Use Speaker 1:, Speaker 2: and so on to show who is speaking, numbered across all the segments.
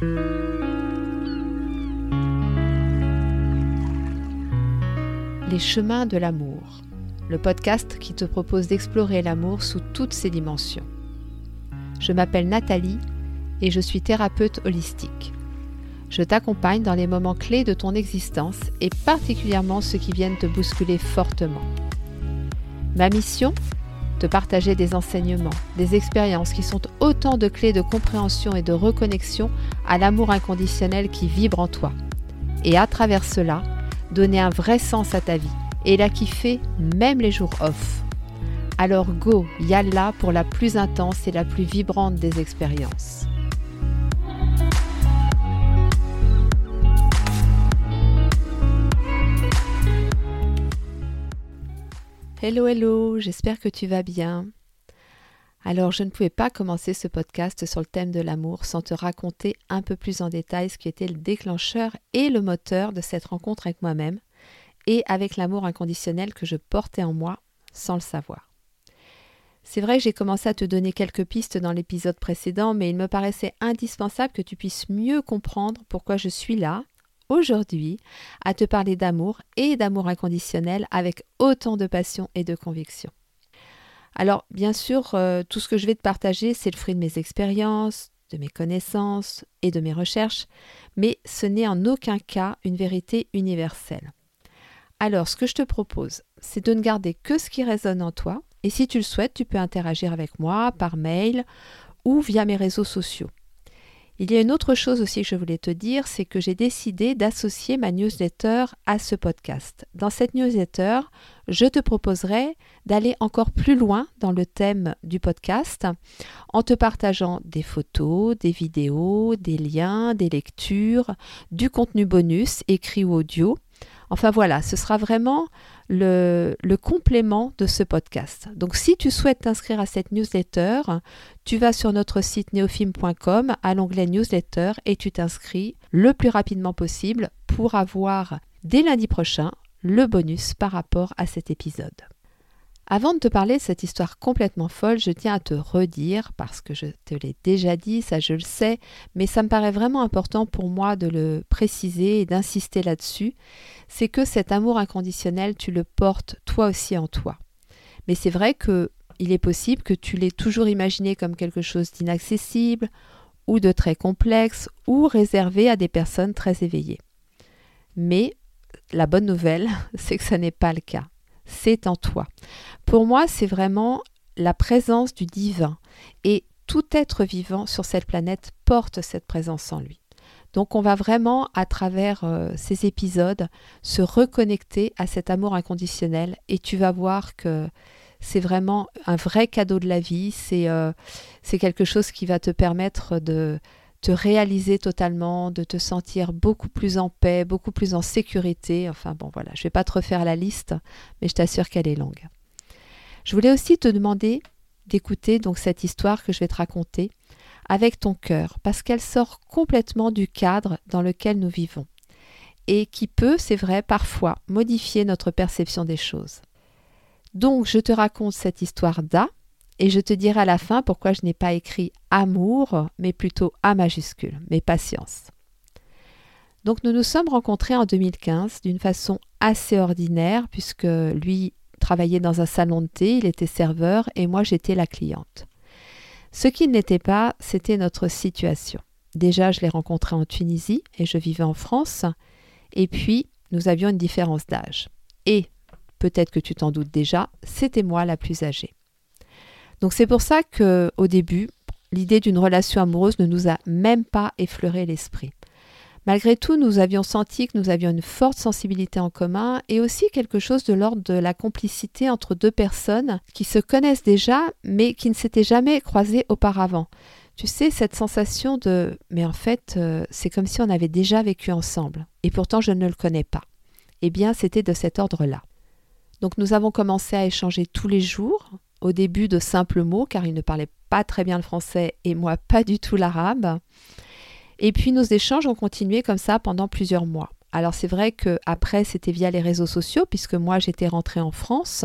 Speaker 1: Les chemins de l'amour, le podcast qui te propose d'explorer l'amour sous toutes ses dimensions. Je m'appelle Nathalie et je suis thérapeute holistique. Je t'accompagne dans les moments clés de ton existence et particulièrement ceux qui viennent te bousculer fortement. Ma mission ? Te partager des enseignements, des expériences qui sont autant de clés de compréhension et de reconnexion à l'amour inconditionnel qui vibre en toi. Et à travers cela, donner un vrai sens à ta vie et la kiffer même les jours off. Alors go, yalla pour la plus intense et la plus vibrante des expériences. Hello, j'espère que tu vas bien. Alors, je ne pouvais pas commencer ce podcast sur le thème de l'amour sans te raconter un peu plus en détail ce qui était le déclencheur et le moteur de cette rencontre avec moi-même et avec l'amour inconditionnel que je portais en moi sans le savoir. C'est vrai que j'ai commencé à te donner quelques pistes dans l'épisode précédent, mais il me paraissait indispensable que tu puisses mieux comprendre pourquoi je suis là, aujourd'hui, à te parler d'amour et d'amour inconditionnel avec autant de passion et de conviction. Alors, bien sûr, tout ce que je vais te partager, c'est le fruit de mes expériences, de mes connaissances et de mes recherches, mais ce n'est en aucun cas une vérité universelle. Alors, ce que je te propose, c'est de ne garder que ce qui résonne en toi, et si tu le souhaites, tu peux interagir avec moi par mail ou via mes réseaux sociaux. Il y a une autre chose aussi que je voulais te dire, c'est que j'ai décidé d'associer ma newsletter à ce podcast. Dans cette newsletter, je te proposerai d'aller encore plus loin dans le thème du podcast en te partageant des photos, des vidéos, des liens, des lectures, du contenu bonus écrit ou audio. Enfin voilà, ce sera vraiment le complément de ce podcast. Donc si tu souhaites t'inscrire à cette newsletter, tu vas sur notre site neofim.com à l'onglet newsletter et tu t'inscris le plus rapidement possible pour avoir dès lundi prochain le bonus par rapport à cet épisode. Avant de te parler de cette histoire complètement folle, je tiens à te redire, parce que je te l'ai déjà dit, ça je le sais, mais ça me paraît vraiment important pour moi de le préciser et d'insister là-dessus, c'est que cet amour inconditionnel, tu le portes toi aussi en toi. Mais c'est vrai qu'il est possible que tu l'aies toujours imaginé comme quelque chose d'inaccessible, ou de très complexe, ou réservé à des personnes très éveillées. Mais la bonne nouvelle, c'est que ça n'est pas le cas. C'est en toi. Pour moi, c'est vraiment la présence du divin et tout être vivant sur cette planète porte cette présence en lui. Donc on va vraiment, à travers ces épisodes, se reconnecter à cet amour inconditionnel et tu vas voir que c'est vraiment un vrai cadeau de la vie, c'est quelque chose qui va te permettre de te réaliser totalement, de te sentir beaucoup plus en paix, beaucoup plus en sécurité. Enfin bon voilà, je ne vais pas te refaire la liste, mais je t'assure qu'elle est longue. Je voulais aussi te demander d'écouter donc cette histoire que je vais te raconter avec ton cœur, parce qu'elle sort complètement du cadre dans lequel nous vivons et qui peut, c'est vrai, parfois modifier notre perception des choses. Donc je te raconte cette histoire d'A, et je te dirai à la fin pourquoi je n'ai pas écrit amour, mais plutôt A majuscule, mais patience. Donc nous nous sommes rencontrés en 2015 d'une façon assez ordinaire, puisque lui travaillait dans un salon de thé, il était serveur, et moi j'étais la cliente. Ce qui n'était pas, c'était notre situation. Déjà, je l'ai rencontré en Tunisie, et je vivais en France, et puis nous avions une différence d'âge. Et, peut-être que tu t'en doutes déjà, c'était moi la plus âgée. Donc c'est pour ça qu'au début, l'idée d'une relation amoureuse ne nous a même pas effleuré l'esprit. Malgré tout, nous avions senti que nous avions une forte sensibilité en commun et aussi quelque chose de l'ordre de la complicité entre deux personnes qui se connaissent déjà mais qui ne s'étaient jamais croisées auparavant. Tu sais, cette sensation de « mais en fait, c'est comme si on avait déjà vécu ensemble et pourtant je ne le connais pas ». Eh bien, c'était de cet ordre-là. Donc nous avons commencé à échanger tous les jours, au début de simples mots, car il ne parlait pas très bien le français et moi pas du tout l'arabe. Et puis nos échanges ont continué comme ça pendant plusieurs mois. Alors c'est vrai qu'après c'était via les réseaux sociaux, puisque moi j'étais rentrée en France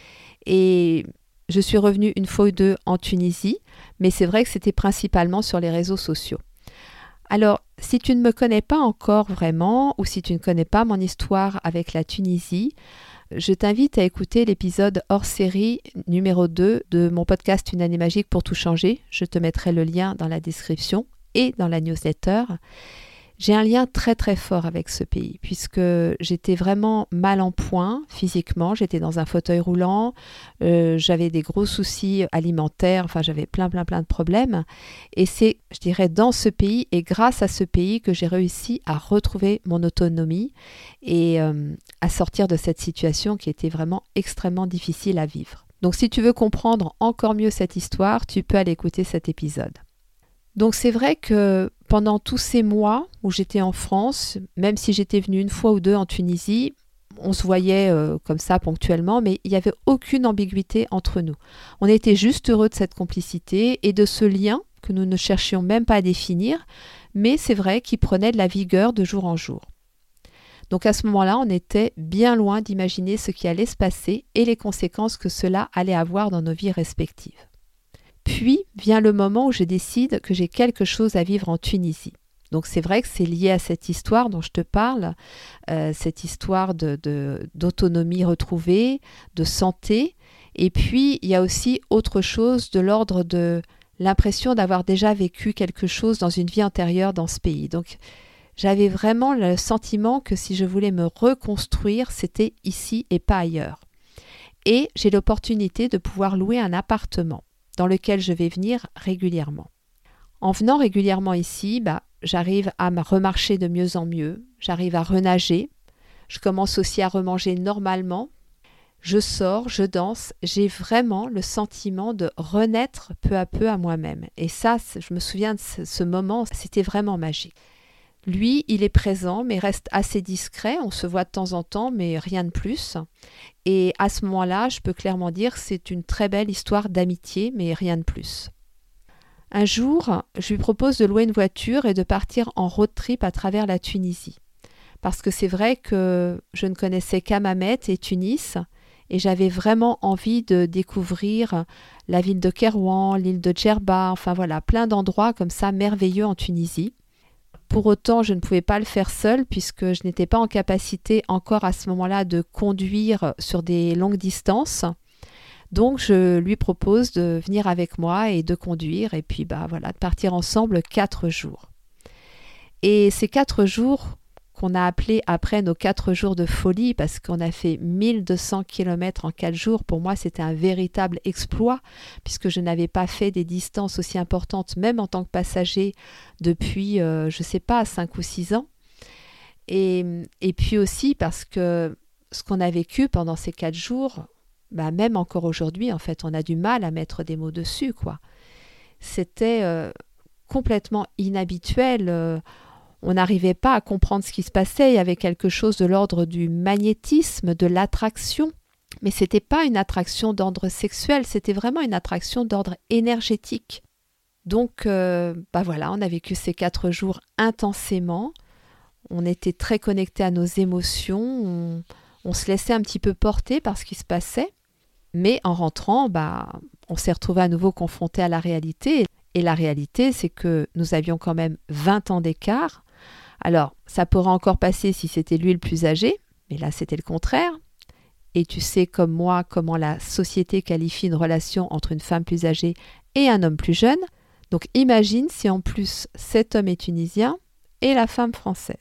Speaker 1: et je suis revenue une fois ou deux en Tunisie, mais c'est vrai que c'était principalement sur les réseaux sociaux. Alors, si tu ne me connais pas encore vraiment, ou si tu ne connais pas mon histoire avec la Tunisie, je t'invite à écouter l'épisode hors série numéro 2 de mon podcast Une année magique pour tout changer. Je te mettrai le lien dans la description et dans la newsletter. J'ai un lien très très fort avec ce pays puisque j'étais vraiment mal en point physiquement, j'étais dans un fauteuil roulant, j'avais des gros soucis alimentaires, enfin j'avais plein de problèmes et c'est, je dirais, dans ce pays et grâce à ce pays que j'ai réussi à retrouver mon autonomie et à sortir de cette situation qui était vraiment extrêmement difficile à vivre. Donc si tu veux comprendre encore mieux cette histoire, tu peux aller écouter cet épisode. Donc c'est vrai que pendant tous ces mois où j'étais en France, même si j'étais venue une fois ou deux en Tunisie, on se voyait comme ça ponctuellement, mais il n'y avait aucune ambiguïté entre nous. On était juste heureux de cette complicité et de ce lien que nous ne cherchions même pas à définir, mais c'est vrai qu'il prenait de la vigueur de jour en jour. Donc à ce moment-là, on était bien loin d'imaginer ce qui allait se passer et les conséquences que cela allait avoir dans nos vies respectives. Puis vient le moment où je décide que j'ai quelque chose à vivre en Tunisie. Donc c'est vrai que c'est lié à cette histoire dont je te parle, cette histoire d'autonomie retrouvée, de santé. Et puis il y a aussi autre chose de l'ordre de l'impression d'avoir déjà vécu quelque chose dans une vie antérieure dans ce pays. Donc j'avais vraiment le sentiment que si je voulais me reconstruire, c'était ici et pas ailleurs. Et j'ai l'opportunité de pouvoir louer un appartement dans lequel je vais venir régulièrement. En venant régulièrement ici, j'arrive à me remarcher de mieux en mieux, j'arrive à renager, je commence aussi à remanger normalement, je sors, je danse, j'ai vraiment le sentiment de renaître peu à peu à moi-même. Et ça, je me souviens de ce moment, c'était vraiment magique. Lui, il est présent, mais reste assez discret. On se voit de temps en temps, mais rien de plus. Et à ce moment-là, je peux clairement dire que c'est une très belle histoire d'amitié, mais rien de plus. Un jour, je lui propose de louer une voiture et de partir en road trip à travers la Tunisie. Parce que c'est vrai que je ne connaissais qu'Hammamet et Tunis, et j'avais vraiment envie de découvrir la ville de Kérouan, l'île de Djerba, enfin voilà, plein d'endroits comme ça merveilleux en Tunisie. Pour autant, je ne pouvais pas le faire seule puisque je n'étais pas en capacité encore à ce moment-là de conduire sur des longues distances. Donc, je lui propose de venir avec moi et de conduire et puis de partir ensemble 4 jours. Et ces 4 jours qu'on a appelés après nos 4 jours de folie parce qu'on a fait 1200 km en 4 jours. Pour moi, c'était un véritable exploit puisque je n'avais pas fait des distances aussi importantes, même en tant que passager, depuis, 5 ou 6 ans. Et puis aussi parce que ce qu'on a vécu pendant ces 4 jours, même encore aujourd'hui, en fait, on a du mal à mettre des mots dessus, quoi. C'était complètement inhabituel. On n'arrivait pas à comprendre ce qui se passait. Il y avait quelque chose de l'ordre du magnétisme, de l'attraction. Mais ce n'était pas une attraction d'ordre sexuel, c'était vraiment une attraction d'ordre énergétique. Donc, on a vécu ces 4 jours intensément. On était très connectés à nos émotions. On se laissait un petit peu porter par ce qui se passait. Mais en rentrant, on s'est retrouvés à nouveau confrontés à la réalité. Et la réalité, c'est que nous avions quand même 20 ans d'écart. Alors, ça pourrait encore passer si c'était lui le plus âgé, mais là, c'était le contraire. Et tu sais comme moi comment la société qualifie une relation entre une femme plus âgée et un homme plus jeune. Donc, imagine si en plus cet homme est tunisien et la femme française.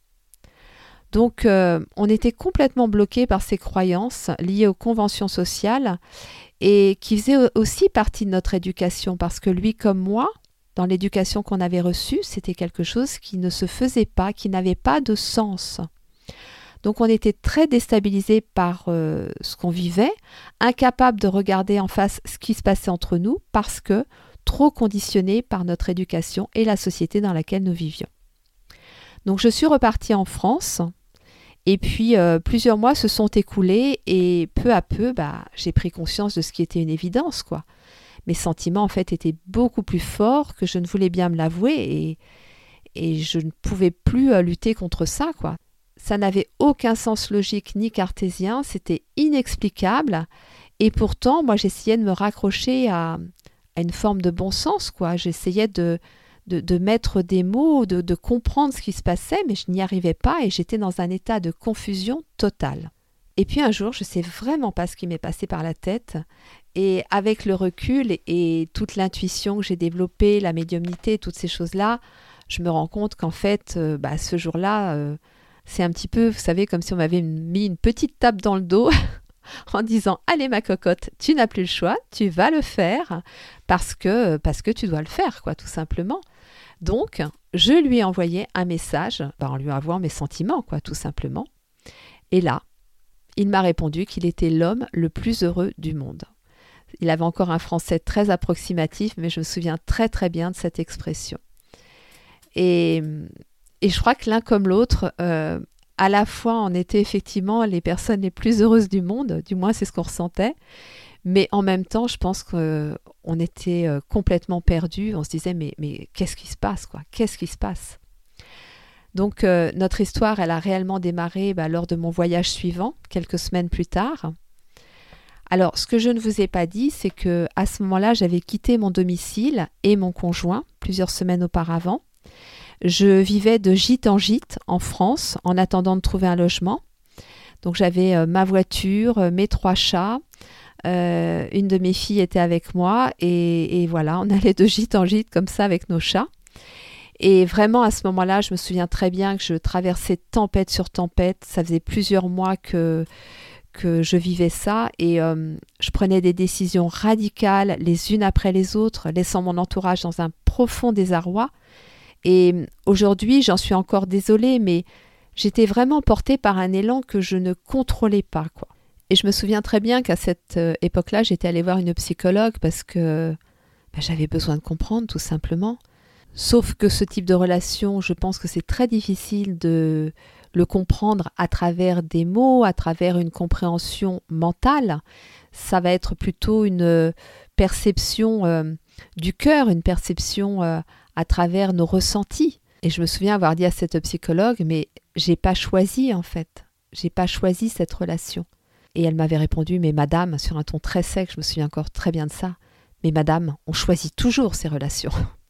Speaker 1: Donc, on était complètement bloqués par ces croyances liées aux conventions sociales et qui faisaient aussi partie de notre éducation parce que lui comme moi, dans l'éducation qu'on avait reçue, c'était quelque chose qui ne se faisait pas, qui n'avait pas de sens. Donc on était très déstabilisés par ce qu'on vivait, incapables de regarder en face ce qui se passait entre nous parce que trop conditionnés par notre éducation et la société dans laquelle nous vivions. Donc je suis repartie en France et puis plusieurs mois se sont écoulés et peu à peu, j'ai pris conscience de ce qui était une évidence, quoi. Mes sentiments, en fait, étaient beaucoup plus forts que je ne voulais bien me l'avouer et je ne pouvais plus lutter contre ça, quoi. Ça n'avait aucun sens logique ni cartésien, c'était inexplicable et pourtant, moi, j'essayais de me raccrocher à une forme de bon sens, quoi. J'essayais de de mettre des mots, de comprendre ce qui se passait, mais je n'y arrivais pas et j'étais dans un état de confusion totale. Et puis un jour, je ne sais vraiment pas ce qui m'est passé par la tête. Et avec le recul et toute l'intuition que j'ai développée, la médiumnité, toutes ces choses-là, je me rends compte qu'en fait, ce jour-là, c'est un petit peu, vous savez, comme si on m'avait mis une petite tape dans le dos en disant « Allez ma cocotte, tu n'as plus le choix, tu vas le faire parce que tu dois le faire, quoi, tout simplement. » Donc, je lui ai envoyé un message, en lui avouant mes sentiments, quoi, tout simplement. Et là, il m'a répondu qu'il était l'homme le plus heureux du monde. Il avait encore un français très approximatif, mais je me souviens très très bien de cette expression. Et je crois que l'un comme l'autre, à la fois on était effectivement les personnes les plus heureuses du monde, du moins c'est ce qu'on ressentait, mais en même temps je pense qu'on était complètement perdus, on se disait mais qu'est-ce qui se passe, quoi ? Qu'est-ce qui se passe ? Donc notre histoire, elle a réellement démarré lors de mon voyage suivant, quelques semaines plus tard. Alors, ce que je ne vous ai pas dit, c'est que à ce moment-là, j'avais quitté mon domicile et mon conjoint plusieurs semaines auparavant. Je vivais de gîte en France en attendant de trouver un logement. Donc, j'avais ma voiture, mes 3 chats. Une de mes filles était avec moi et voilà, on allait de gîte en gîte comme ça avec nos chats. Et vraiment, à ce moment-là, je me souviens très bien que je traversais tempête sur tempête. Ça faisait plusieurs mois que je vivais ça et je prenais des décisions radicales les unes après les autres, laissant mon entourage dans un profond désarroi. Et aujourd'hui, j'en suis encore désolée, mais j'étais vraiment portée par un élan que je ne contrôlais pas, quoi. Et je me souviens très bien qu'à cette époque-là, j'étais allée voir une psychologue parce que j'avais besoin de comprendre, tout simplement. Sauf que ce type de relation, je pense que c'est très difficile de le comprendre à travers des mots, à travers une compréhension mentale. Ça va être plutôt une perception du cœur, une perception à travers nos ressentis. Et je me souviens avoir dit à cette psychologue, mais j'ai pas choisi en fait. J'ai pas choisi cette relation. Et elle m'avait répondu, mais madame, sur un ton très sec, je me souviens encore très bien de ça, mais madame, on choisit toujours ces relations.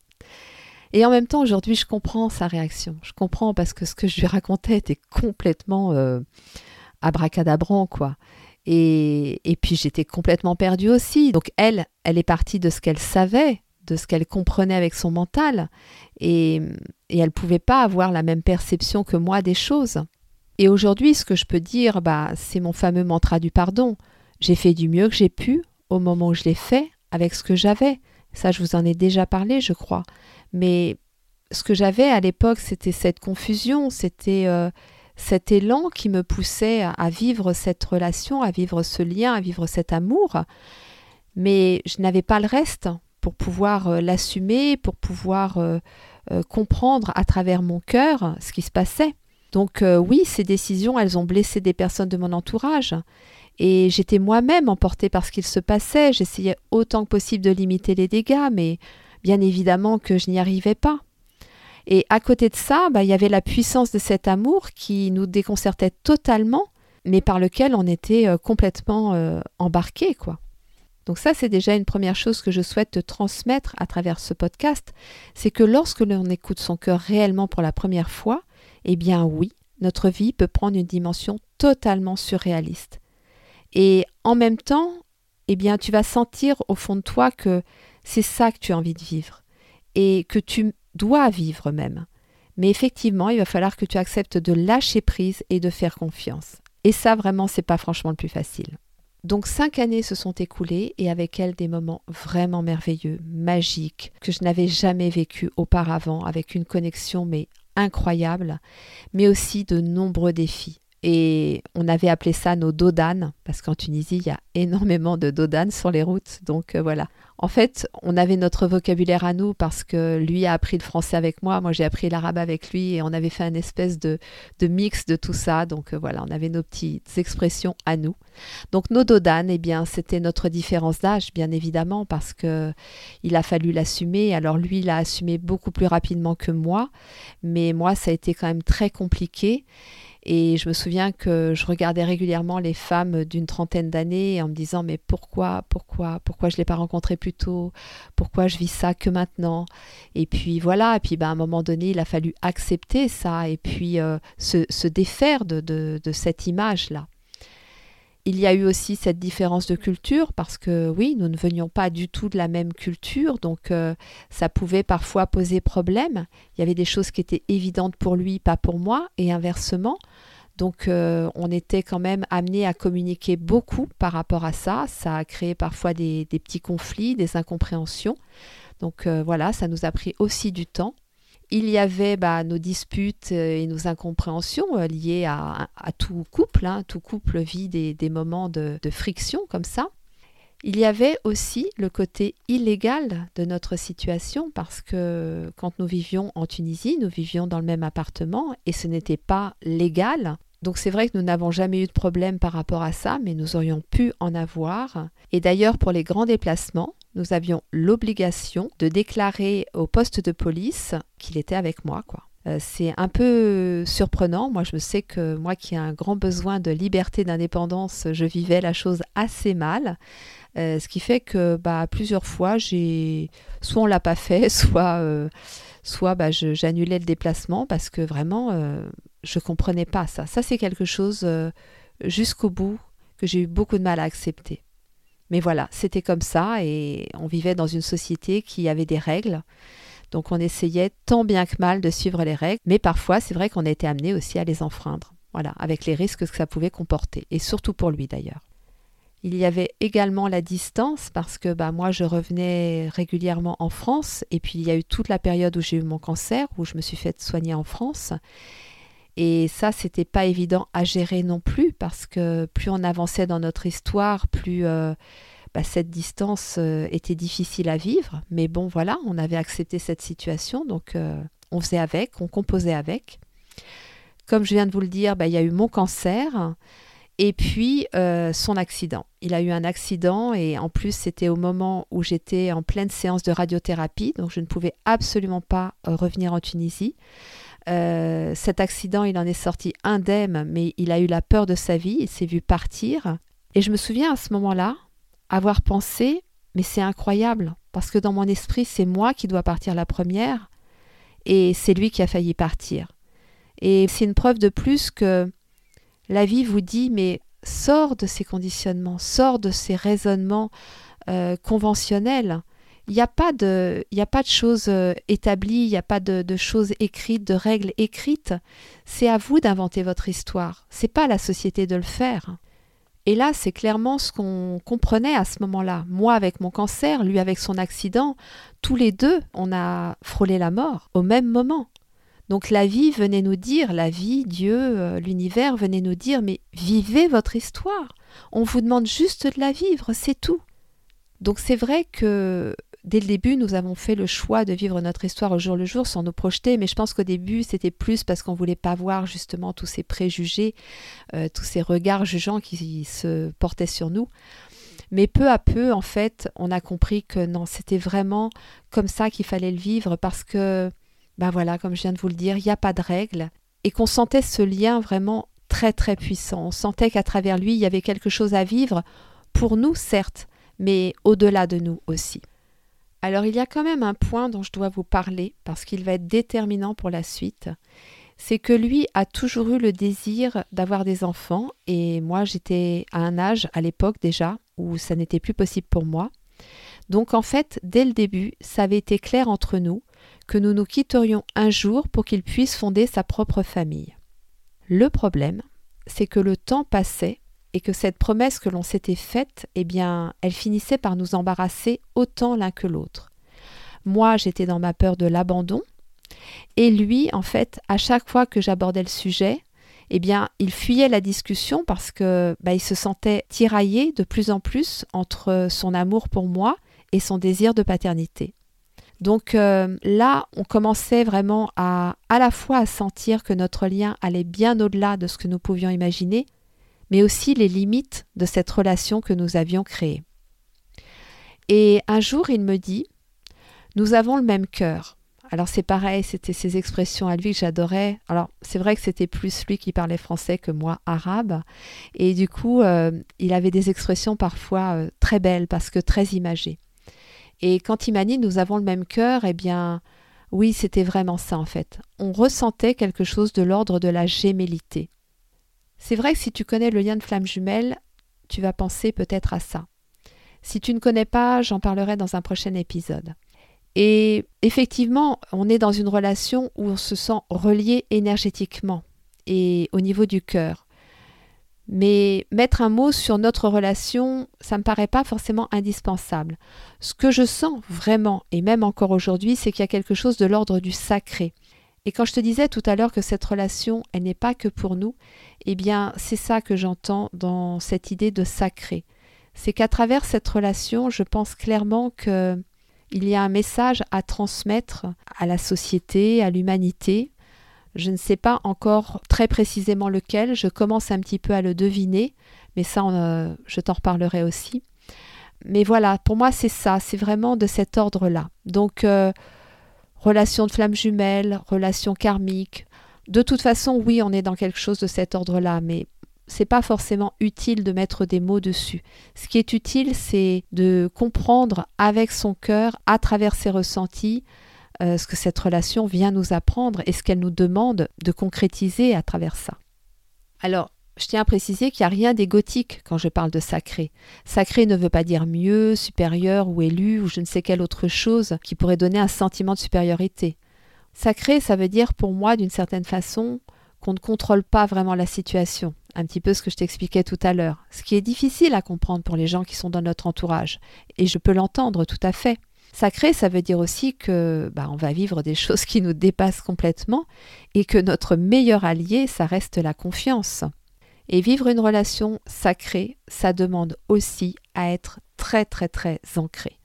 Speaker 1: Et en même temps, aujourd'hui, je comprends sa réaction. Je comprends parce que ce que je lui racontais était complètement abracadabrant, quoi. Et puis, j'étais complètement perdue aussi. Donc, elle est partie de ce qu'elle savait, de ce qu'elle comprenait avec son mental. Et elle ne pouvait pas avoir la même perception que moi des choses. Et aujourd'hui, ce que je peux dire, c'est mon fameux mantra du pardon. J'ai fait du mieux que j'ai pu au moment où je l'ai fait, avec ce que j'avais. Ça, je vous en ai déjà parlé, je crois. Mais ce que j'avais à l'époque, c'était cette confusion, c'était cet élan qui me poussait à vivre cette relation, à vivre ce lien, à vivre cet amour. Mais je n'avais pas le reste pour pouvoir l'assumer, pour pouvoir comprendre à travers mon cœur ce qui se passait. Donc oui, ces décisions, elles ont blessé des personnes de mon entourage. Et j'étais moi-même emportée par ce qu'il se passait. J'essayais autant que possible de limiter les dégâts, mais bien évidemment que je n'y arrivais pas. Et à côté de ça, il y avait la puissance de cet amour qui nous déconcertait totalement, mais par lequel on était complètement embarqués, quoi. Donc ça, c'est déjà une première chose que je souhaite te transmettre à travers ce podcast, c'est que lorsque l'on écoute son cœur réellement pour la première fois, eh bien oui, notre vie peut prendre une dimension totalement surréaliste. Et en même temps, eh bien, tu vas sentir au fond de toi que c'est ça que tu as envie de vivre et que tu dois vivre même. Mais effectivement, il va falloir que tu acceptes de lâcher prise et de faire confiance. Et ça, vraiment, c'est pas franchement le plus facile. Donc 5 années se sont écoulées et avec elles des moments vraiment merveilleux, magiques, que je n'avais jamais vécu auparavant, avec une connexion mais incroyable, mais aussi de nombreux défis. Et on avait appelé ça nos dos d'âne, parce qu'en Tunisie, il y a énormément de dos d'âne sur les routes. Donc voilà. En fait, on avait notre vocabulaire à nous parce que lui a appris le français avec moi, moi j'ai appris l'arabe avec lui et on avait fait une espèce de mix de tout ça. Donc voilà, on avait nos petites expressions à nous. Donc nos dos d'âne, eh bien, c'était notre différence d'âge, bien évidemment, parce que il a fallu l'assumer. Alors lui, il a assumé beaucoup plus rapidement que moi, mais moi, ça a été quand même très compliqué. Et je me souviens que je regardais régulièrement les femmes d'une trentaine d'années en me disant mais pourquoi je ne l'ai pas rencontré plus plus tôt? Pourquoi je vis ça que maintenant? Et puis voilà, et puis à un moment donné, il a fallu accepter ça et puis se défaire de cette image-là. Il y a eu aussi cette différence de culture parce que oui, nous ne venions pas du tout de la même culture, donc ça pouvait parfois poser problème. Il y avait des choses qui étaient évidentes pour lui, pas pour moi, et inversement. Donc on était quand même amenés à communiquer beaucoup par rapport à ça. Ça a créé parfois des petits conflits, des incompréhensions. Donc voilà, ça nous a pris aussi du temps. Il y avait nos disputes et nos incompréhensions liées à tout couple. Tout couple vit des moments de friction comme ça. Il y avait aussi le côté illégal de notre situation parce que quand nous vivions en Tunisie, nous vivions dans le même appartement et ce n'était pas légal. Donc c'est vrai que nous n'avons jamais eu de problème par rapport à ça, mais nous aurions pu en avoir. Et d'ailleurs, pour les grands déplacements, nous avions l'obligation de déclarer au poste de police qu'il était avec moi, quoi. C'est un peu surprenant. Moi, je sais que moi qui ai un grand besoin de liberté, d'indépendance, je vivais la chose assez mal. Ce qui fait que plusieurs fois, soit on l'a pas fait, soit j'annulais le déplacement parce que vraiment, je comprenais pas ça. Ça, c'est quelque chose jusqu'au bout que j'ai eu beaucoup de mal à accepter. Mais voilà, c'était comme ça et on vivait dans une société qui avait des règles. Donc on essayait tant bien que mal de suivre les règles, mais parfois c'est vrai qu'on a été amené aussi à les enfreindre, voilà, avec les risques que ça pouvait comporter, et surtout pour lui d'ailleurs. Il y avait également la distance parce que moi je revenais régulièrement en France et puis il y a eu toute la période où j'ai eu mon cancer, où je me suis fait soigner en France. Et ça, c'était pas évident à gérer non plus parce que plus on avançait dans notre histoire, plus cette distance était difficile à vivre. Mais bon, voilà, on avait accepté cette situation, donc on faisait avec, on composait avec. Comme je viens de vous le dire, il y a eu mon cancer et puis son accident. Il a eu un accident et en plus, c'était au moment où j'étais en pleine séance de radiothérapie, donc je ne pouvais absolument pas revenir en Tunisie. Cet accident, il en est sorti indemne, mais il a eu la peur de sa vie, il s'est vu partir. Et je me souviens à ce moment-là avoir pensé, mais c'est incroyable, parce que dans mon esprit, c'est moi qui dois partir la première, et c'est lui qui a failli partir. Et c'est une preuve de plus que la vie vous dit, mais sors de ces conditionnements, sors de ces raisonnements conventionnels. Il n'y a pas de choses établies, il n'y a pas de choses écrites, de règles écrites. C'est à vous d'inventer votre histoire. C'est pas à la société de le faire. Et là, c'est clairement ce qu'on comprenait à ce moment-là. Moi avec mon cancer, lui avec son accident, tous les deux, on a frôlé la mort au même moment. Donc la vie venait nous dire, la vie, Dieu, l'univers venait nous dire, mais vivez votre histoire. On vous demande juste de la vivre, c'est tout. Donc c'est vrai que dès le début, nous avons fait le choix de vivre notre histoire au jour le jour sans nous projeter, mais je pense qu'au début, c'était plus parce qu'on ne voulait pas voir justement tous ces préjugés, tous ces regards jugeants qui se portaient sur nous. Mais peu à peu, en fait, on a compris que non, c'était vraiment comme ça qu'il fallait le vivre parce que, voilà, comme je viens de vous le dire, il n'y a pas de règles et qu'on sentait ce lien vraiment très très puissant. On sentait qu'à travers lui, il y avait quelque chose à vivre pour nous, certes, mais au-delà de nous aussi. Alors il y a quand même un point dont je dois vous parler parce qu'il va être déterminant pour la suite. C'est que lui a toujours eu le désir d'avoir des enfants et moi j'étais à un âge à l'époque déjà où ça n'était plus possible pour moi. Donc en fait, dès le début, ça avait été clair entre nous que nous nous quitterions un jour pour qu'il puisse fonder sa propre famille. Le problème, c'est que le temps passait et que cette promesse que l'on s'était faite, elle finissait par nous embarrasser autant l'un que l'autre. Moi, j'étais dans ma peur de l'abandon, et lui, en fait, à chaque fois que j'abordais le sujet, il fuyait la discussion parce que il se sentait tiraillé de plus en plus entre son amour pour moi et son désir de paternité. Donc là, on commençait vraiment à la fois à sentir que notre lien allait bien au-delà de ce que nous pouvions imaginer, mais aussi les limites de cette relation que nous avions créée. Et un jour, il me dit « Nous avons le même cœur ». Alors c'est pareil, c'était ces expressions à lui que j'adorais. Alors c'est vrai que c'était plus lui qui parlait français que moi arabe. Et du coup, il avait des expressions parfois très belles parce que très imagées. Et quand il m'a dit « nous avons le même cœur », eh bien, oui, c'était vraiment ça en fait. On ressentait quelque chose de l'ordre de la gémellité. C'est vrai que si tu connais le lien de flamme jumelle, tu vas penser peut-être à ça. Si tu ne connais pas, j'en parlerai dans un prochain épisode. Et effectivement, on est dans une relation où on se sent relié énergétiquement et au niveau du cœur. Mais mettre un mot sur notre relation, ça ne me paraît pas forcément indispensable. Ce que je sens vraiment, et même encore aujourd'hui, c'est qu'il y a quelque chose de l'ordre du sacré. Et quand je te disais tout à l'heure que cette relation, elle n'est pas que pour nous, eh bien, c'est ça que j'entends dans cette idée de sacré. C'est qu'à travers cette relation, je pense clairement qu'il y a un message à transmettre à la société, à l'humanité. Je ne sais pas encore très précisément lequel, je commence un petit peu à le deviner, mais ça, je t'en reparlerai aussi. Mais voilà, pour moi, c'est ça, c'est vraiment de cet ordre-là. Donc, relation de flamme jumelle, relation karmique. De toute façon, oui, on est dans quelque chose de cet ordre-là, mais c'est pas forcément utile de mettre des mots dessus. Ce qui est utile, c'est de comprendre avec son cœur, à travers ses ressentis, ce que cette relation vient nous apprendre et ce qu'elle nous demande de concrétiser à travers ça. Alors, je tiens à préciser qu'il n'y a rien d'égotique quand je parle de sacré. Sacré ne veut pas dire mieux, supérieur ou élu ou je ne sais quelle autre chose qui pourrait donner un sentiment de supériorité. Sacré, ça veut dire pour moi d'une certaine façon qu'on ne contrôle pas vraiment la situation. Un petit peu ce que je t'expliquais tout à l'heure. Ce qui est difficile à comprendre pour les gens qui sont dans notre entourage. Et je peux l'entendre tout à fait. Sacré, ça veut dire aussi que on va vivre des choses qui nous dépassent complètement et que notre meilleur allié, ça reste la confiance. Et vivre une relation sacrée, ça demande aussi à être très très très ancré.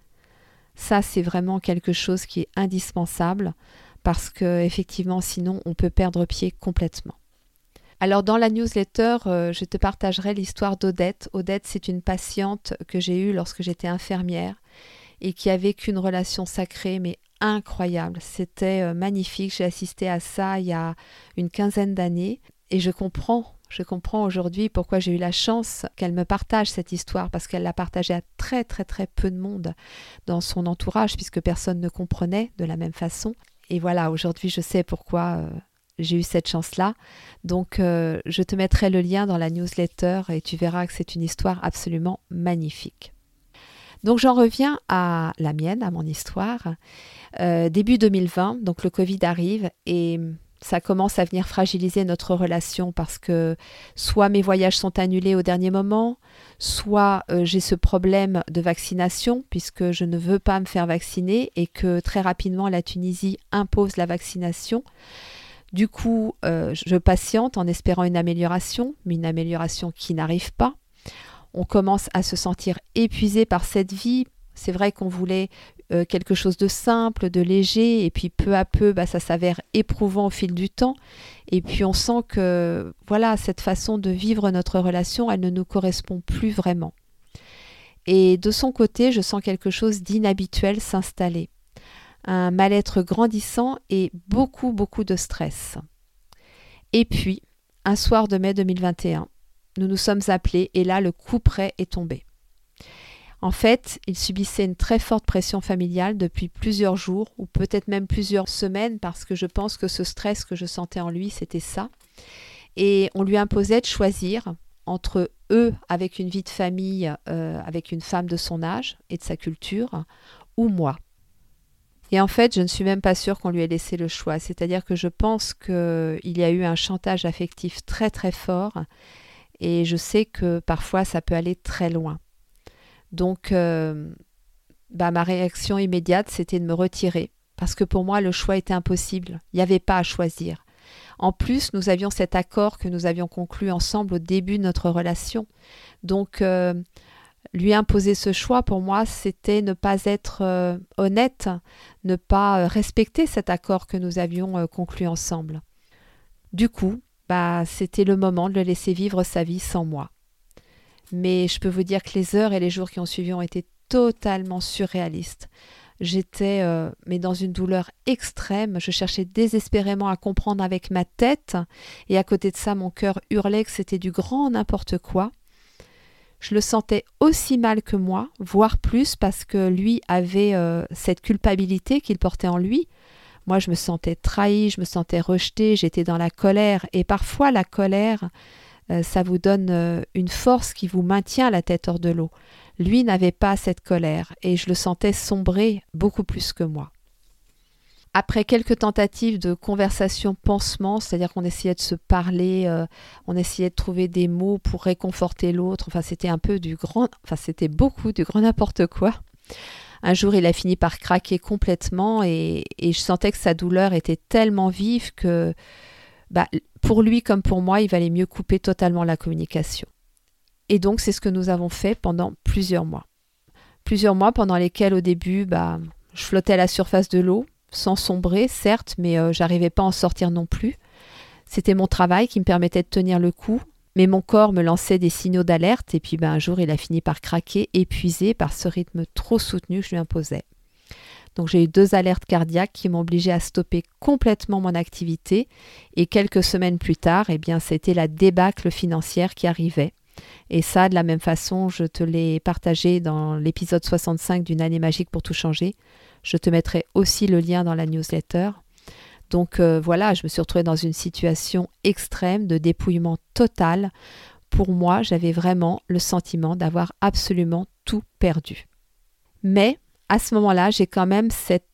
Speaker 1: Ça, c'est vraiment quelque chose qui est indispensable parce que effectivement, sinon, on peut perdre pied complètement. Alors dans la newsletter, je te partagerai l'histoire d'Odette. Odette, c'est une patiente que j'ai eue lorsque j'étais infirmière et qui a vécu une relation sacrée, mais incroyable. C'était magnifique. J'ai assisté à ça il y a une quinzaine d'années et je comprends aujourd'hui pourquoi j'ai eu la chance qu'elle me partage cette histoire, parce qu'elle l'a partagée à très très très peu de monde dans son entourage, puisque personne ne comprenait de la même façon. Et voilà, aujourd'hui je sais pourquoi j'ai eu cette chance-là. Donc je te mettrai le lien dans la newsletter et tu verras que c'est une histoire absolument magnifique. Donc j'en reviens à la mienne, à mon histoire. Début 2020, donc le Covid arrive et ça commence à venir fragiliser notre relation parce que soit mes voyages sont annulés au dernier moment, soit j'ai ce problème de vaccination puisque je ne veux pas me faire vacciner et que très rapidement la Tunisie impose la vaccination. Du coup, je patiente en espérant une amélioration, mais une amélioration qui n'arrive pas. On commence à se sentir épuisé par cette vie. C'est vrai qu'on voulait quelque chose de simple, de léger, et puis peu à peu, ça s'avère éprouvant au fil du temps. Et puis on sent que voilà, cette façon de vivre notre relation, elle ne nous correspond plus vraiment. Et de son côté, je sens quelque chose d'inhabituel s'installer. Un mal-être grandissant et beaucoup, beaucoup de stress. Et puis, un soir de mai 2021, nous nous sommes appelés et là, le coup près est tombé. En fait, il subissait une très forte pression familiale depuis plusieurs jours ou peut-être même plusieurs semaines parce que je pense que ce stress que je sentais en lui, c'était ça. Et on lui imposait de choisir entre eux avec une vie de famille, avec une femme de son âge et de sa culture, ou moi. Et en fait, je ne suis même pas sûre qu'on lui ait laissé le choix. C'est-à-dire que je pense qu'il y a eu un chantage affectif très très fort et je sais que parfois ça peut aller très loin. Donc, ma réaction immédiate, c'était de me retirer parce que pour moi, le choix était impossible. Il n'y avait pas à choisir. En plus, nous avions cet accord que nous avions conclu ensemble au début de notre relation. Donc, lui imposer ce choix, pour moi, c'était ne pas être honnête, ne pas respecter cet accord que nous avions conclu ensemble. Du coup, c'était le moment de le laisser vivre sa vie sans moi. Mais je peux vous dire que les heures et les jours qui ont suivi ont été totalement surréalistes. J'étais mais dans une douleur extrême, je cherchais désespérément à comprendre avec ma tête et à côté de ça, mon cœur hurlait que c'était du grand n'importe quoi. Je le sentais aussi mal que moi, voire plus, parce que lui avait cette culpabilité qu'il portait en lui. Moi, je me sentais trahie, je me sentais rejetée, j'étais dans la colère. Et parfois, la colère, ça vous donne une force qui vous maintient la tête hors de l'eau. Lui n'avait pas cette colère et je le sentais sombrer beaucoup plus que moi. Après quelques tentatives de conversation pansement, c'est-à-dire qu'on essayait de se parler, on essayait de trouver des mots pour réconforter l'autre, c'était c'était beaucoup du grand n'importe quoi. Un jour, il a fini par craquer complètement et je sentais que sa douleur était tellement vive que pour lui comme pour moi, il valait mieux couper totalement la communication. Et donc, c'est ce que nous avons fait pendant plusieurs mois. Plusieurs mois pendant lesquels, au début, je flottais à la surface de l'eau, sans sombrer, certes, mais j'arrivais pas à en sortir non plus. C'était mon travail qui me permettait de tenir le coup, mais mon corps me lançait des signaux d'alerte, et puis un jour, il a fini par craquer, épuisé par ce rythme trop soutenu que je lui imposais. Donc j'ai eu 2 alertes cardiaques qui m'ont obligée à stopper complètement mon activité, et quelques semaines plus tard, c'était la débâcle financière qui arrivait. Et ça, de la même façon, je te l'ai partagé dans l'épisode 65 d'une année magique pour tout changer. Je te mettrai aussi le lien dans la newsletter. Donc je me suis retrouvée dans une situation extrême de dépouillement total. Pour moi, j'avais vraiment le sentiment d'avoir absolument tout perdu. Mais à ce moment-là, j'ai quand même cette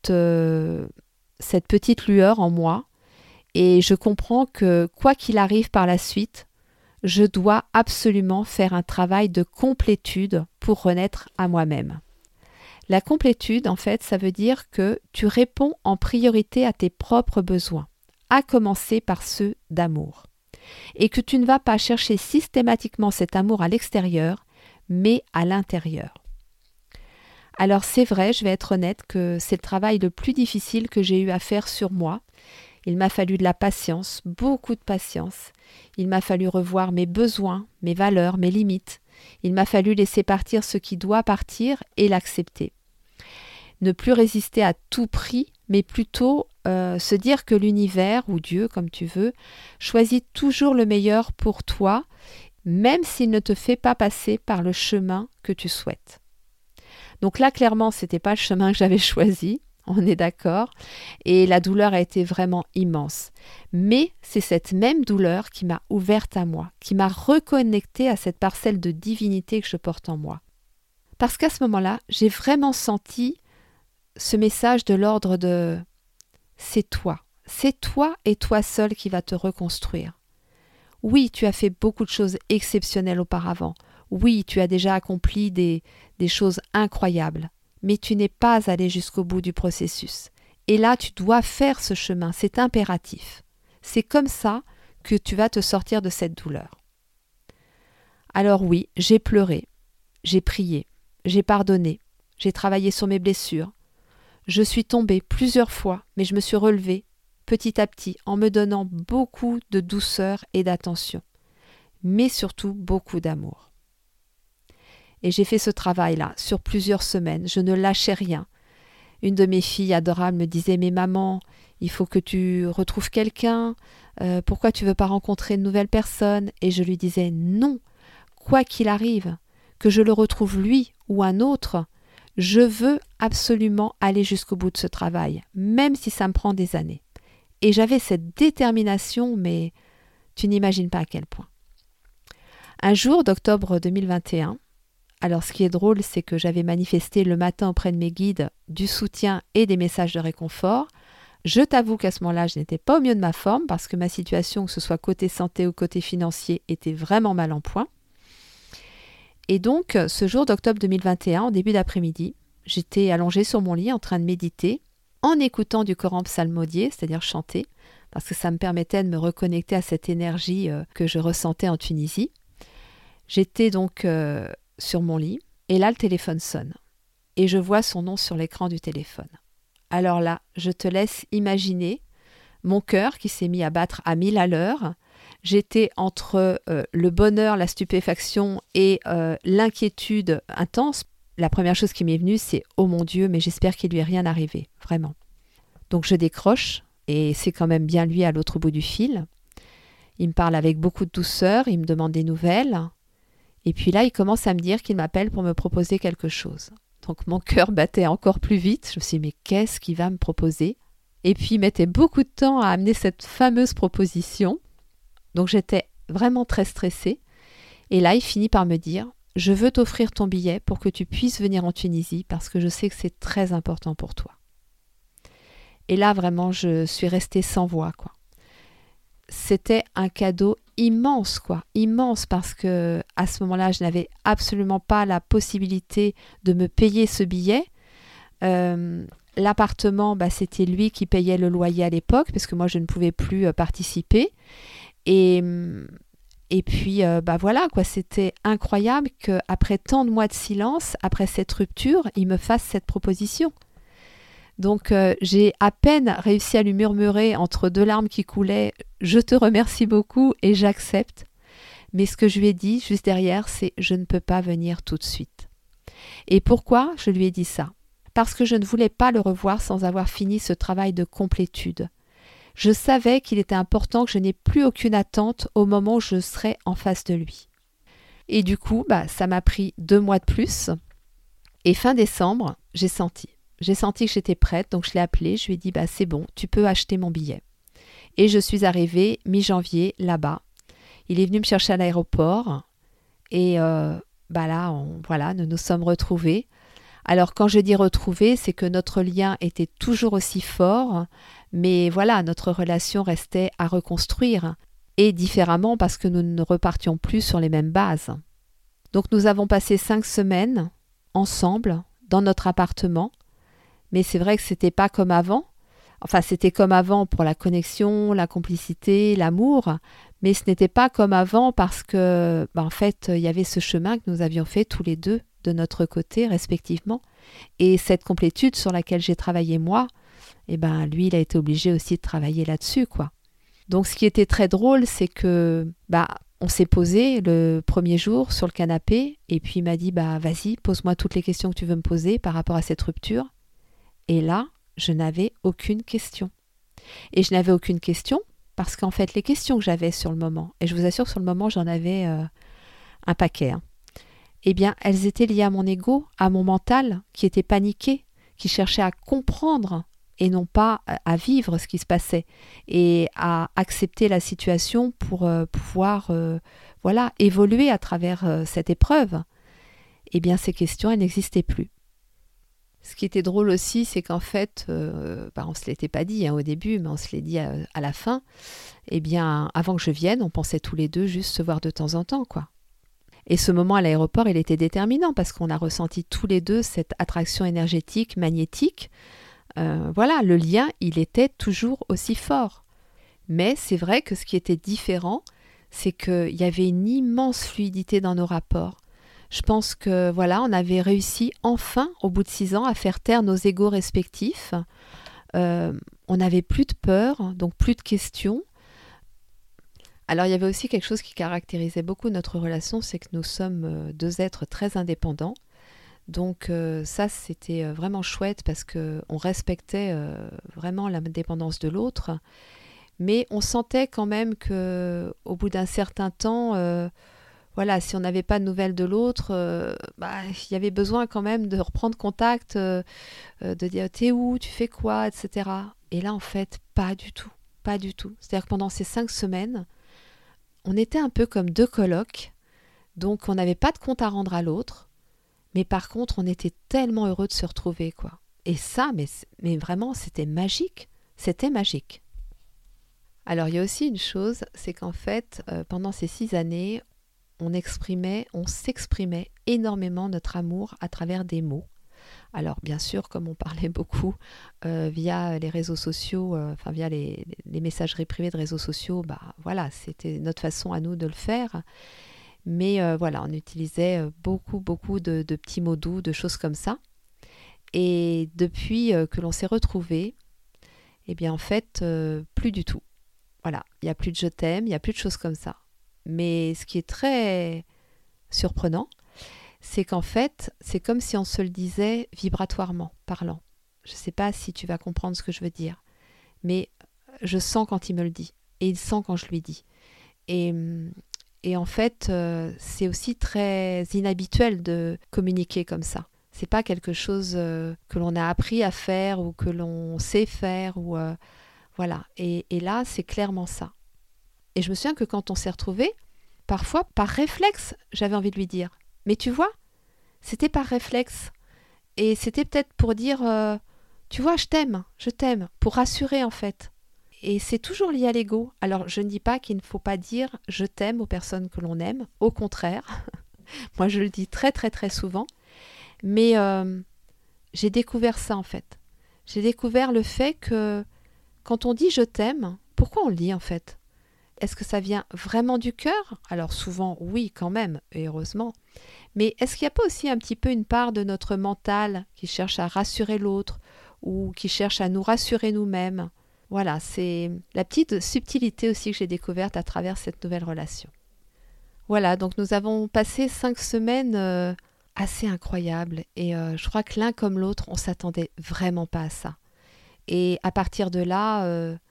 Speaker 1: petite lueur en moi et je comprends que quoi qu'il arrive par la suite, je dois absolument faire un travail de complétude pour renaître à moi-même. La complétude, en fait, ça veut dire que tu réponds en priorité à tes propres besoins, à commencer par ceux d'amour. Et que tu ne vas pas chercher systématiquement cet amour à l'extérieur, mais à l'intérieur. Alors c'est vrai, je vais être honnête, que c'est le travail le plus difficile que j'ai eu à faire sur moi. Il m'a fallu de la patience, beaucoup de patience. Il m'a fallu revoir mes besoins, mes valeurs, mes limites. Il m'a fallu laisser partir ce qui doit partir et l'accepter. Ne plus résister à tout prix, mais plutôt se dire que l'univers, ou Dieu, comme tu veux, choisit toujours le meilleur pour toi, même s'il ne te fait pas passer par le chemin que tu souhaites. Donc là, clairement, ce n'était pas le chemin que j'avais choisi. On est d'accord, et la douleur a été vraiment immense. Mais c'est cette même douleur qui m'a ouverte à moi, qui m'a reconnectée à cette parcelle de divinité que je porte en moi. Parce qu'à ce moment-là, j'ai vraiment senti ce message de l'ordre de « c'est toi et toi seul qui va te reconstruire ». Oui, tu as fait beaucoup de choses exceptionnelles auparavant. Oui, tu as déjà accompli des choses incroyables. Mais tu n'es pas allé jusqu'au bout du processus. Et là, tu dois faire ce chemin, c'est impératif. C'est comme ça que tu vas te sortir de cette douleur. Alors oui, j'ai pleuré, j'ai prié, j'ai pardonné, j'ai travaillé sur mes blessures. Je suis tombée plusieurs fois, mais je me suis relevée petit à petit en me donnant beaucoup de douceur et d'attention, mais surtout beaucoup d'amour. Et j'ai fait ce travail-là sur plusieurs semaines. Je ne lâchais rien. Une de mes filles adorables me disait « Mais maman, il faut que tu retrouves quelqu'un. Pourquoi tu ne veux pas rencontrer une nouvelle personne ?» Et je lui disais « Non, quoi qu'il arrive, que je le retrouve lui ou un autre, je veux absolument aller jusqu'au bout de ce travail, même si ça me prend des années. » Et j'avais cette détermination, mais tu n'imagines pas à quel point. Un jour d'octobre 2021, alors ce qui est drôle, c'est que j'avais manifesté le matin auprès de mes guides du soutien et des messages de réconfort. Je t'avoue qu'à ce moment-là, je n'étais pas au mieux de ma forme parce que ma situation, que ce soit côté santé ou côté financier, était vraiment mal en point. Et donc, ce jour d'octobre 2021, en début d'après-midi, j'étais allongée sur mon lit en train de méditer, en écoutant du Coran psalmodié, c'est-à-dire chanter, parce que ça me permettait de me reconnecter à cette énergie que je ressentais en Tunisie. J'étais donc sur mon lit, et là le téléphone sonne. Et je vois son nom sur l'écran du téléphone. Alors là, je te laisse imaginer mon cœur qui s'est mis à battre à 1000 à l'heure. J'étais entre le bonheur, la stupéfaction et l'inquiétude intense. La première chose qui m'est venue, c'est « Oh mon Dieu, mais j'espère qu'il lui est rien arrivé, vraiment ». Donc je décroche, et c'est quand même bien lui à l'autre bout du fil. Il me parle avec beaucoup de douceur, il me demande des nouvelles. Et puis là, il commence à me dire qu'il m'appelle pour me proposer quelque chose. Donc mon cœur battait encore plus vite. Je me suis dit, mais qu'est-ce qu'il va me proposer? Et puis il mettait beaucoup de temps à amener cette fameuse proposition. Donc j'étais vraiment très stressée. Et là, il finit par me dire, je veux t'offrir ton billet pour que tu puisses venir en Tunisie parce que je sais que c'est très important pour toi. Et là, vraiment, je suis restée sans voix, quoi. C'était un cadeau immense, quoi. Immense parce que à ce moment-là, je n'avais absolument pas la possibilité de me payer ce billet. L'appartement, c'était lui qui payait le loyer à l'époque parce que moi, je ne pouvais plus participer. Et puis, voilà, quoi. C'était incroyable qu'après tant de mois de silence, après cette rupture, il me fasse cette proposition. Donc, j'ai à peine réussi à lui murmurer entre deux larmes qui coulaient « Je te remercie beaucoup et j'accepte ». Mais ce que je lui ai dit juste derrière, c'est « Je ne peux pas venir tout de suite ». Et pourquoi je lui ai dit ça? Parce que je ne voulais pas le revoir sans avoir fini ce travail de complétude. Je savais qu'il était important que je n'ai plus aucune attente au moment où je serais en face de lui. Et du coup, ça m'a pris 2 mois de plus. Et fin décembre, j'ai senti que j'étais prête, donc je l'ai appelé, je lui ai dit c'est bon, tu peux acheter mon billet. Et je suis arrivée mi-janvier là-bas. Il est venu me chercher à l'aéroport et là, nous nous sommes retrouvés. Alors quand je dis retrouvés, c'est que notre lien était toujours aussi fort, mais voilà, notre relation restait à reconstruire et différemment parce que nous ne repartions plus sur les mêmes bases. Donc nous avons passé 5 semaines ensemble dans notre appartement. Mais c'est vrai que c'était pas comme avant. Enfin, c'était comme avant pour la connexion, la complicité, l'amour. Mais ce n'était pas comme avant parce que, en fait, il y avait ce chemin que nous avions fait tous les deux de notre côté, respectivement. Et cette complétude sur laquelle j'ai travaillé moi, lui, il a été obligé aussi de travailler là-dessus, quoi. Donc, ce qui était très drôle, c'est que, on s'est posé le premier jour sur le canapé et puis il m'a dit, vas-y, pose-moi toutes les questions que tu veux me poser par rapport à cette rupture. Et là, je n'avais aucune question. Et je n'avais aucune question parce qu'en fait, les questions que j'avais sur le moment, et je vous assure, sur le moment, j'en avais un paquet, elles étaient liées à mon ego, à mon mental qui était paniqué, qui cherchait à comprendre et non pas à vivre ce qui se passait et à accepter la situation pour pouvoir évoluer à travers cette épreuve. Ces questions, elles n'existaient plus. Ce qui était drôle aussi, c'est qu'en fait, on ne se l'était pas dit au début, mais on se l'est dit à la fin. Avant que je vienne, on pensait tous les deux juste se voir de temps en temps, quoi. Et ce moment à l'aéroport, il était déterminant parce qu'on a ressenti tous les deux cette attraction énergétique, magnétique. Le lien, il était toujours aussi fort. Mais c'est vrai que ce qui était différent, c'est qu'il y avait une immense fluidité dans nos rapports. Je pense que on avait réussi enfin, au bout de 6 ans, à faire taire nos égos respectifs. On n'avait plus de peur, donc plus de questions. Alors il y avait aussi quelque chose qui caractérisait beaucoup notre relation, c'est que nous sommes 2 êtres très indépendants. Donc ça, c'était vraiment chouette parce qu'on respectait vraiment l'indépendance de l'autre. Mais on sentait quand même qu'au bout d'un certain temps... si on n'avait pas de nouvelles de l'autre, il y avait besoin quand même de reprendre contact, de dire t'es où, tu fais quoi, etc. Et là, en fait, pas du tout. C'est-à-dire que pendant ces 5 semaines, on était un peu comme 2 colocs, donc on n'avait pas de compte à rendre à l'autre, mais par contre, on était tellement heureux de se retrouver, quoi. Et ça, mais vraiment, c'était magique. Alors, il y a aussi une chose, c'est qu'en fait, pendant ces 6 années, on s'exprimait énormément notre amour à travers des mots. Alors bien sûr, comme on parlait beaucoup via les réseaux sociaux, via les messageries privées de réseaux sociaux, c'était notre façon à nous de le faire. Mais on utilisait beaucoup de petits mots doux, de choses comme ça. Et depuis que l'on s'est retrouvés, en fait, plus du tout. Voilà, il n'y a plus de je t'aime, il n'y a plus de choses comme ça. Mais ce qui est très surprenant, c'est qu'en fait, c'est comme si on se le disait vibratoirement, parlant. Je ne sais pas si tu vas comprendre ce que je veux dire, mais je sens quand il me le dit, et il sent quand je lui dis. Et Et en fait, c'est aussi très inhabituel de communiquer comme ça. C'est pas quelque chose que l'on a appris à faire ou que l'on sait faire. Voilà. Et là, c'est clairement ça. Et je me souviens que quand on s'est retrouvés, parfois, par réflexe, j'avais envie de lui dire. Mais tu vois, c'était par réflexe. Et c'était peut-être pour dire, tu vois, je t'aime, pour rassurer en fait. Et c'est toujours lié à l'ego. Alors, je ne dis pas qu'il ne faut pas dire je t'aime aux personnes que l'on aime. Au contraire, moi je le dis très très très souvent. Mais j'ai découvert ça en fait. J'ai découvert le fait que quand on dit je t'aime, pourquoi on le dit en fait? Est-ce que ça vient vraiment du cœur? Alors souvent oui quand même, et heureusement. Mais est-ce qu'il n'y a pas aussi un petit peu une part de notre mental qui cherche à rassurer l'autre ou qui cherche à nous rassurer nous-mêmes? Voilà, c'est la petite subtilité aussi que j'ai découverte à travers cette nouvelle relation. Voilà, donc nous avons passé 5 semaines assez incroyables et je crois que l'un comme l'autre, on s'attendait vraiment pas à ça. Et à partir de là,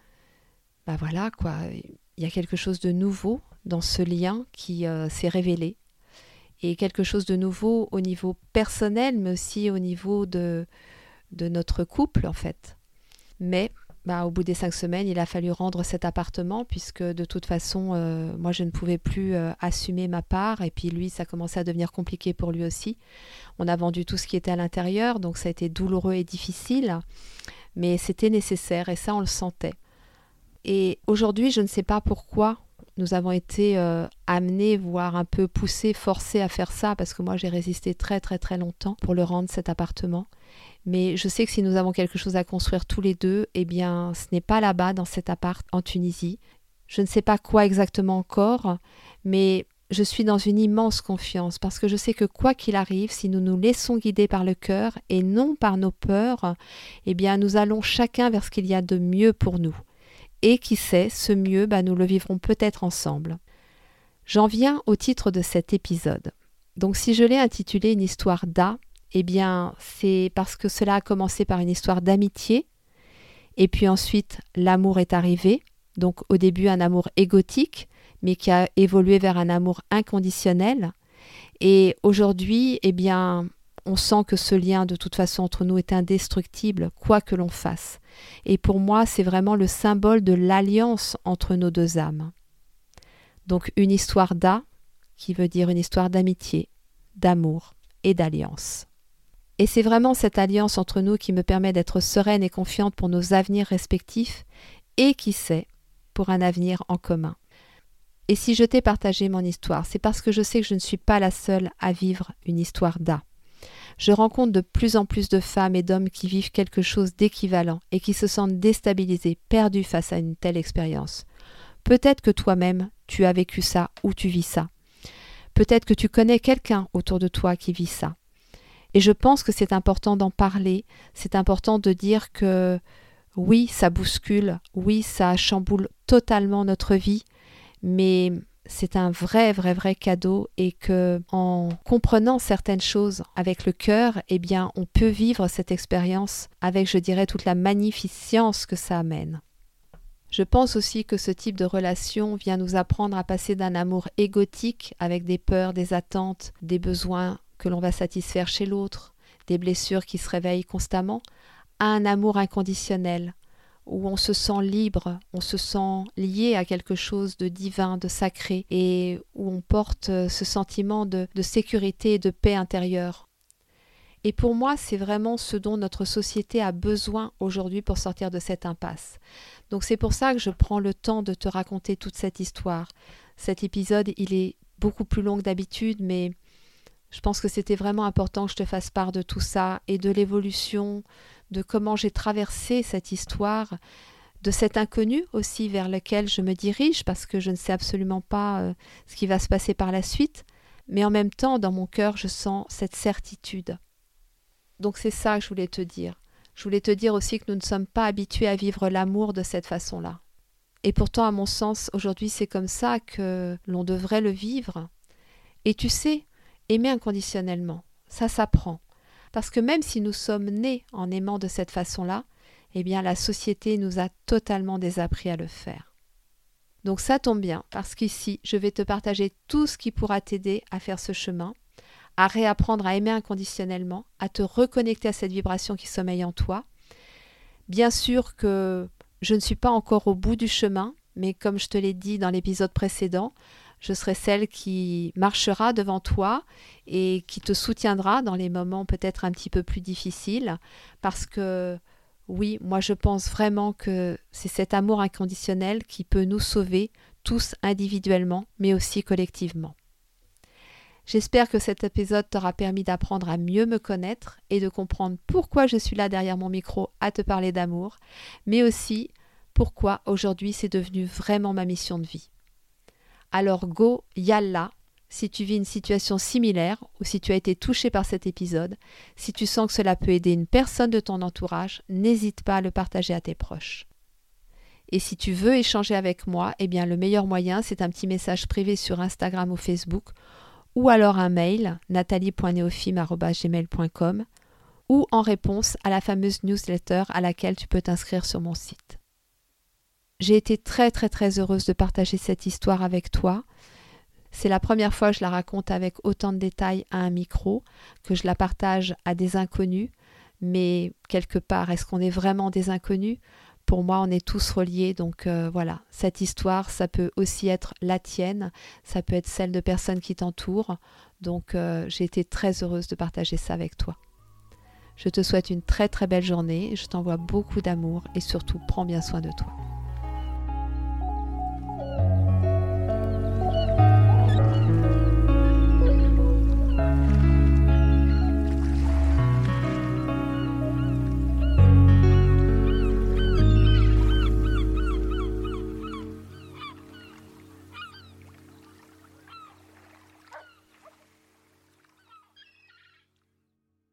Speaker 1: voilà quoi, il y a quelque chose de nouveau dans ce lien qui s'est révélé et quelque chose de nouveau au niveau personnel, mais aussi au niveau de notre couple en fait. Mais au bout des 5 semaines, il a fallu rendre cet appartement puisque de toute façon, moi je ne pouvais plus assumer ma part et puis lui, ça commençait à devenir compliqué pour lui aussi. On a vendu tout ce qui était à l'intérieur, donc ça a été douloureux et difficile, mais c'était nécessaire et ça on le sentait. Et aujourd'hui, je ne sais pas pourquoi nous avons été amenés, voire un peu poussés, forcés à faire ça parce que moi j'ai résisté très très très longtemps pour le rendre cet appartement. Mais je sais que si nous avons quelque chose à construire tous les deux, eh bien, ce n'est pas là-bas, dans cet appart en Tunisie. Je ne sais pas quoi exactement encore, mais je suis dans une immense confiance parce que je sais que quoi qu'il arrive, si nous nous laissons guider par le cœur et non par nos peurs, eh bien, nous allons chacun vers ce qu'il y a de mieux pour nous. Et qui sait, ce mieux, nous le vivrons peut-être ensemble. J'en viens au titre de cet épisode. Donc, si je l'ai intitulé Une histoire d'A, eh bien, c'est parce que cela a commencé par une histoire d'amitié, et puis ensuite, l'amour est arrivé, donc au début un amour égotique, mais qui a évolué vers un amour inconditionnel, et aujourd'hui, eh bien, on sent que ce lien de toute façon entre nous est indestructible, quoi que l'on fasse. Et pour moi, c'est vraiment le symbole de l'alliance entre nos deux âmes. Donc une histoire d'A, qui veut dire une histoire d'amitié, d'amour et d'alliance. Et c'est vraiment cette alliance entre nous qui me permet d'être sereine et confiante pour nos avenirs respectifs et, qui sait, pour un avenir en commun. Et si je t'ai partagé mon histoire, c'est parce que je sais que je ne suis pas la seule à vivre une histoire d'A. Je rencontre de plus en plus de femmes et d'hommes qui vivent quelque chose d'équivalent et qui se sentent déstabilisés, perdus face à une telle expérience. Peut-être que toi-même, tu as vécu ça ou tu vis ça. Peut-être que tu connais quelqu'un autour de toi qui vit ça. Et je pense que c'est important d'en parler, c'est important de dire que oui, ça bouscule, oui, ça chamboule totalement notre vie, mais c'est un vrai cadeau et que en comprenant certaines choses avec le cœur, eh bien, on peut vivre cette expérience avec, je dirais, toute la magnificence que ça amène. Je pense aussi que ce type de relation vient nous apprendre à passer d'un amour égotique avec des peurs, des attentes, des besoins que l'on va satisfaire chez l'autre, des blessures qui se réveillent constamment, à un amour inconditionnel, où on se sent libre, on se sent lié à quelque chose de divin, de sacré, et où on porte ce sentiment de sécurité et de paix intérieure. Et pour moi, c'est vraiment ce dont notre société a besoin aujourd'hui pour sortir de cette impasse. Donc c'est pour ça que je prends le temps de te raconter toute cette histoire. Cet épisode, il est beaucoup plus long que d'habitude, mais je pense que c'était vraiment important que je te fasse part de tout ça et de l'évolution, de comment j'ai traversé cette histoire, de cet inconnu aussi vers lequel je me dirige parce que je ne sais absolument pas ce qui va se passer par la suite, mais en même temps, dans mon cœur, je sens cette certitude. Donc c'est ça que je voulais te dire. Je voulais te dire aussi que nous ne sommes pas habitués à vivre l'amour de cette façon-là. Et pourtant, à mon sens, aujourd'hui, c'est comme ça que l'on devrait le vivre. Et tu sais, aimer inconditionnellement, ça s'apprend. Parce que même si nous sommes nés en aimant de cette façon-là, eh bien la société nous a totalement désappris à le faire. Donc ça tombe bien parce qu'ici, je vais te partager tout ce qui pourra t'aider à faire ce chemin, à réapprendre à aimer inconditionnellement, à te reconnecter à cette vibration qui sommeille en toi. Bien sûr que je ne suis pas encore au bout du chemin, mais comme je te l'ai dit dans l'épisode précédent, je serai celle qui marchera devant toi et qui te soutiendra dans les moments peut-être un petit peu plus difficiles parce que oui, moi je pense vraiment que c'est cet amour inconditionnel qui peut nous sauver tous individuellement mais aussi collectivement. J'espère que cet épisode t'aura permis d'apprendre à mieux me connaître et de comprendre pourquoi je suis là derrière mon micro à te parler d'amour, mais aussi pourquoi aujourd'hui c'est devenu vraiment ma mission de vie. Alors go, yalla, si tu vis une situation similaire ou si tu as été touché par cet épisode, si tu sens que cela peut aider une personne de ton entourage, n'hésite pas à le partager à tes proches. Et si tu veux échanger avec moi, eh bien le meilleur moyen c'est un petit message privé sur Instagram ou Facebook ou alors un mail nathalie.neofim@gmail.com ou en réponse à la fameuse newsletter à laquelle tu peux t'inscrire sur mon site. J'ai été très très très heureuse de partager cette histoire avec toi. C'est la première fois que je la raconte avec autant de détails à un micro, que je la partage à des inconnus, mais quelque part, est-ce qu'on est vraiment des inconnus ? Pour moi, on est tous reliés, donc voilà, cette histoire, ça peut aussi être la tienne, ça peut être celle de personnes qui t'entourent, donc j'ai été très heureuse de partager ça avec toi. Je te souhaite une très très belle journée, je t'envoie beaucoup d'amour et surtout prends bien soin de toi.